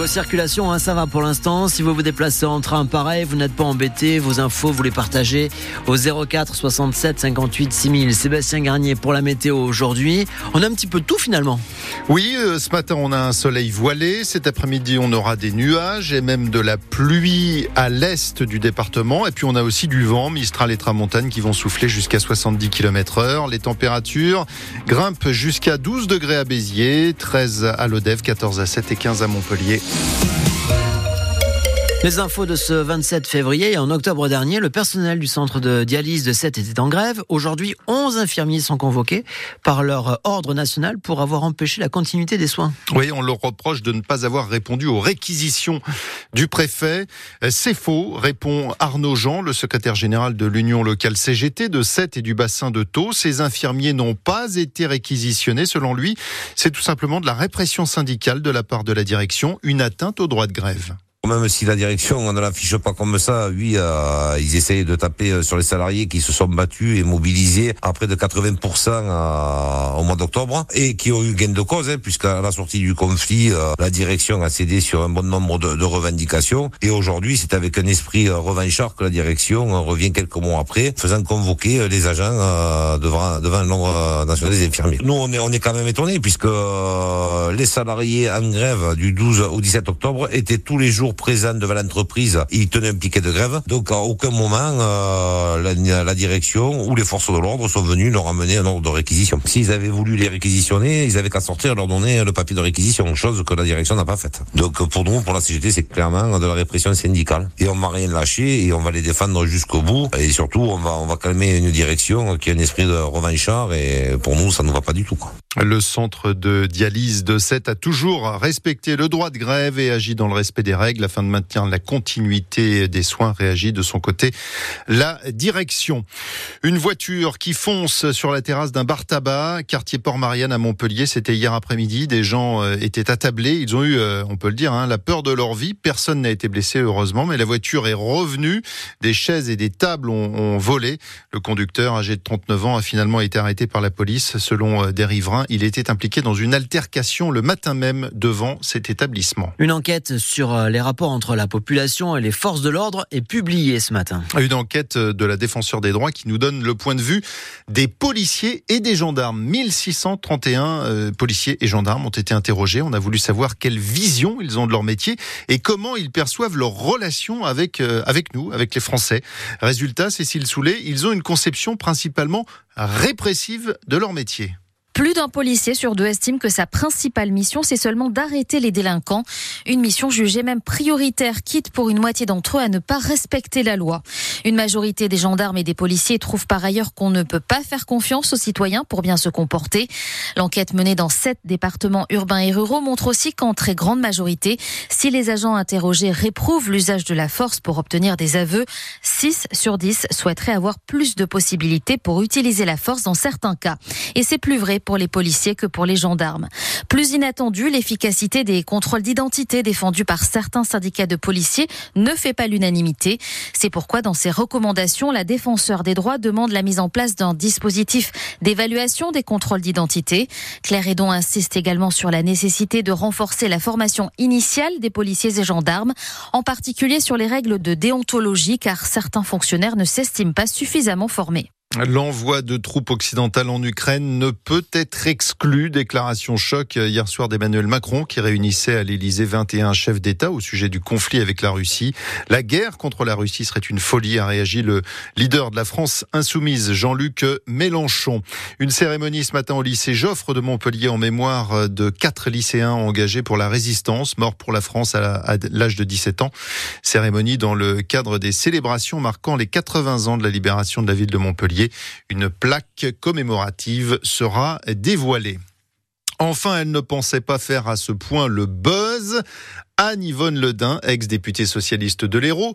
Niveau circulation, ça va pour l'instant. Si vous vous déplacez en train, pareil, vous n'êtes pas embêté. Vos infos, vous les partagez au 04 67 58 6000. Sébastien Garnier pour la météo aujourd'hui. On a un petit peu de tout finalement. Oui, ce matin on a un soleil voilé. Cet après-midi on aura des nuages et même de la pluie à l'est du département. Et puis on a aussi du vent, Mistral et Tramontane qui vont souffler jusqu'à 70 km/h. Les températures grimpent jusqu'à 12 degrés à Béziers, 13 à Lodève, 14 à 7 et 15 à Montpellier. Les infos de ce 27 février. En octobre dernier, le personnel du centre de dialyse de Sète était en grève. Aujourd'hui, 11 infirmiers sont convoqués par leur ordre national pour avoir empêché la continuité des soins. Oui, on leur reproche de ne pas avoir répondu aux réquisitions du préfet. C'est faux, répond Arnaud Jean, le secrétaire général de l'Union locale CGT de Sète et du bassin de Thau. Ces infirmiers n'ont pas été réquisitionnés. Selon lui, c'est tout simplement de la répression syndicale de la part de la direction, une atteinte au droit de grève. Même si la direction ne l'affiche pas comme ça, oui, ils essayent de taper sur les salariés qui se sont battus et mobilisés à près de 80% au mois d'octobre et qui ont eu gain de cause, puisqu'à la sortie du conflit, la direction a cédé sur un bon nombre de revendications. Et aujourd'hui, c'est avec un esprit revanchard que la direction revient quelques mois après, faisant convoquer les agents devant l'ordre national des infirmiers. Nous, on est quand même étonnés, puisque les salariés en grève du 12 au 17 octobre étaient tous les jours présents devant l'entreprise, ils tenaient un piquet de grève. Donc à aucun moment la direction ou les forces de l'ordre sont venus leur amener un ordre de réquisition. S'ils avaient voulu les réquisitionner, ils avaient qu'à sortir et leur donner le papier de réquisition, chose que la direction n'a pas faite. Donc pour nous, pour la CGT, c'est clairement de la répression syndicale. Et on va rien lâcher et on va les défendre jusqu'au bout. Et surtout, on va calmer une direction qui a un esprit de revanchard et pour nous, ça ne va pas du tout, quoi. Le centre de dialyse de Sète a toujours respecté le droit de grève et agi dans le respect des règles afin de maintenir la continuité des soins. Réagit de son côté la direction. Une voiture qui fonce sur la terrasse d'un bar tabac, quartier Port-Marianne à Montpellier. C'était hier après-midi. Des gens étaient attablés. Ils ont eu, on peut le dire, la peur de leur vie. Personne n'a été blessé, heureusement, mais la voiture est revenue. Des chaises et des tables ont volé. Le conducteur, âgé de 39 ans, a finalement été arrêté par la police. Selon des riverains, il était impliqué dans une altercation le matin même devant cet établissement. Une enquête sur les rapports entre la population et les forces de l'ordre est publiée ce matin. Une enquête de la Défenseure des droits qui nous donne le point de vue des policiers et des gendarmes. 1631 policiers et gendarmes ont été interrogés. On a voulu savoir quelle vision ils ont de leur métier et comment ils perçoivent leur relation avec nous, avec les Français. Résultat, Cécile Soulet, ils ont une conception principalement répressive de leur métier. Plus d'un policier sur deux estime que sa principale mission, c'est seulement d'arrêter les délinquants. Une mission jugée même prioritaire, quitte pour une moitié d'entre eux à ne pas respecter la loi. Une majorité des gendarmes et des policiers trouvent par ailleurs qu'on ne peut pas faire confiance aux citoyens pour bien se comporter. L'enquête menée dans 7 départements urbains et ruraux montre aussi qu'en très grande majorité, si les agents interrogés réprouvent l'usage de la force pour obtenir des aveux, 6 sur 10 souhaiteraient avoir plus de possibilités pour utiliser la force dans certains cas. Et c'est plus vrai pour les policiers que pour les gendarmes. Plus inattendu, l'efficacité des contrôles d'identité défendus par certains syndicats de policiers ne fait pas l'unanimité. C'est pourquoi dans ses recommandations, la Défenseure des droits demande la mise en place d'un dispositif d'évaluation des contrôles d'identité. Claire Hédon insiste également sur la nécessité de renforcer la formation initiale des policiers et gendarmes, en particulier sur les règles de déontologie, car certains fonctionnaires ne s'estiment pas suffisamment formés. L'envoi de troupes occidentales en Ukraine ne peut être exclu. Déclaration choc hier soir d'Emmanuel Macron qui réunissait à l'Élysée 21 chefs d'État au sujet du conflit avec la Russie. La guerre contre la Russie serait une folie, a réagi le leader de la France insoumise, Jean-Luc Mélenchon. Une cérémonie ce matin au lycée Joffre de Montpellier en mémoire de 4 lycéens engagés pour la résistance, morts pour la France à l'âge de 17 ans. Cérémonie dans le cadre des célébrations marquant les 80 ans de la libération de la ville de Montpellier. Une plaque commémorative sera dévoilée. Enfin, elle ne pensait pas faire à ce point le buzz. Anne-Yvonne Le Dain, ex-députée socialiste de l'Hérault,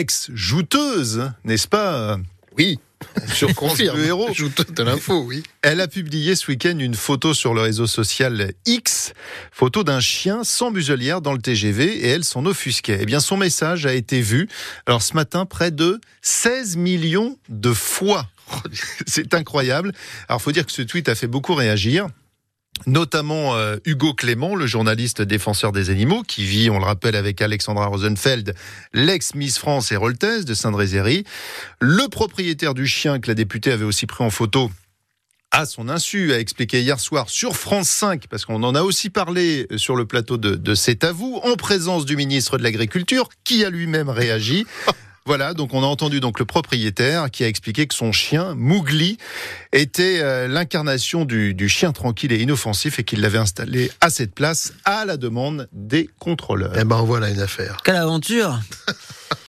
ex-jouteuse, n'est-ce pas ? Oui, je confirme. Le héros. Jouteuse de l'info, oui. Elle a publié ce week-end une photo sur le réseau social X, photo d'un chien sans muselière dans le TGV et elle s'en offusquait. Eh bien, son message a été vu. Alors ce matin, près de 16 millions de fois. C'est incroyable. Alors, faut dire que ce tweet a fait beaucoup réagir. Notamment Hugo Clément, le journaliste défenseur des animaux, qui vit, on le rappelle, avec Alexandra Rosenfeld, l'ex-Miss France héroltaise de Saint-Drézéry. Le propriétaire du chien que la députée avait aussi pris en photo à son insu, a expliqué hier soir sur France 5, parce qu'on en a aussi parlé sur le plateau de C'est à vous, en présence du ministre de l'Agriculture, qui a lui-même réagi. Voilà, donc on a entendu donc le propriétaire qui a expliqué que son chien, Mowgli, était l'incarnation du chien tranquille et inoffensif et qu'il l'avait installé à cette place à la demande des contrôleurs. Eh ben voilà une affaire. Quelle aventure!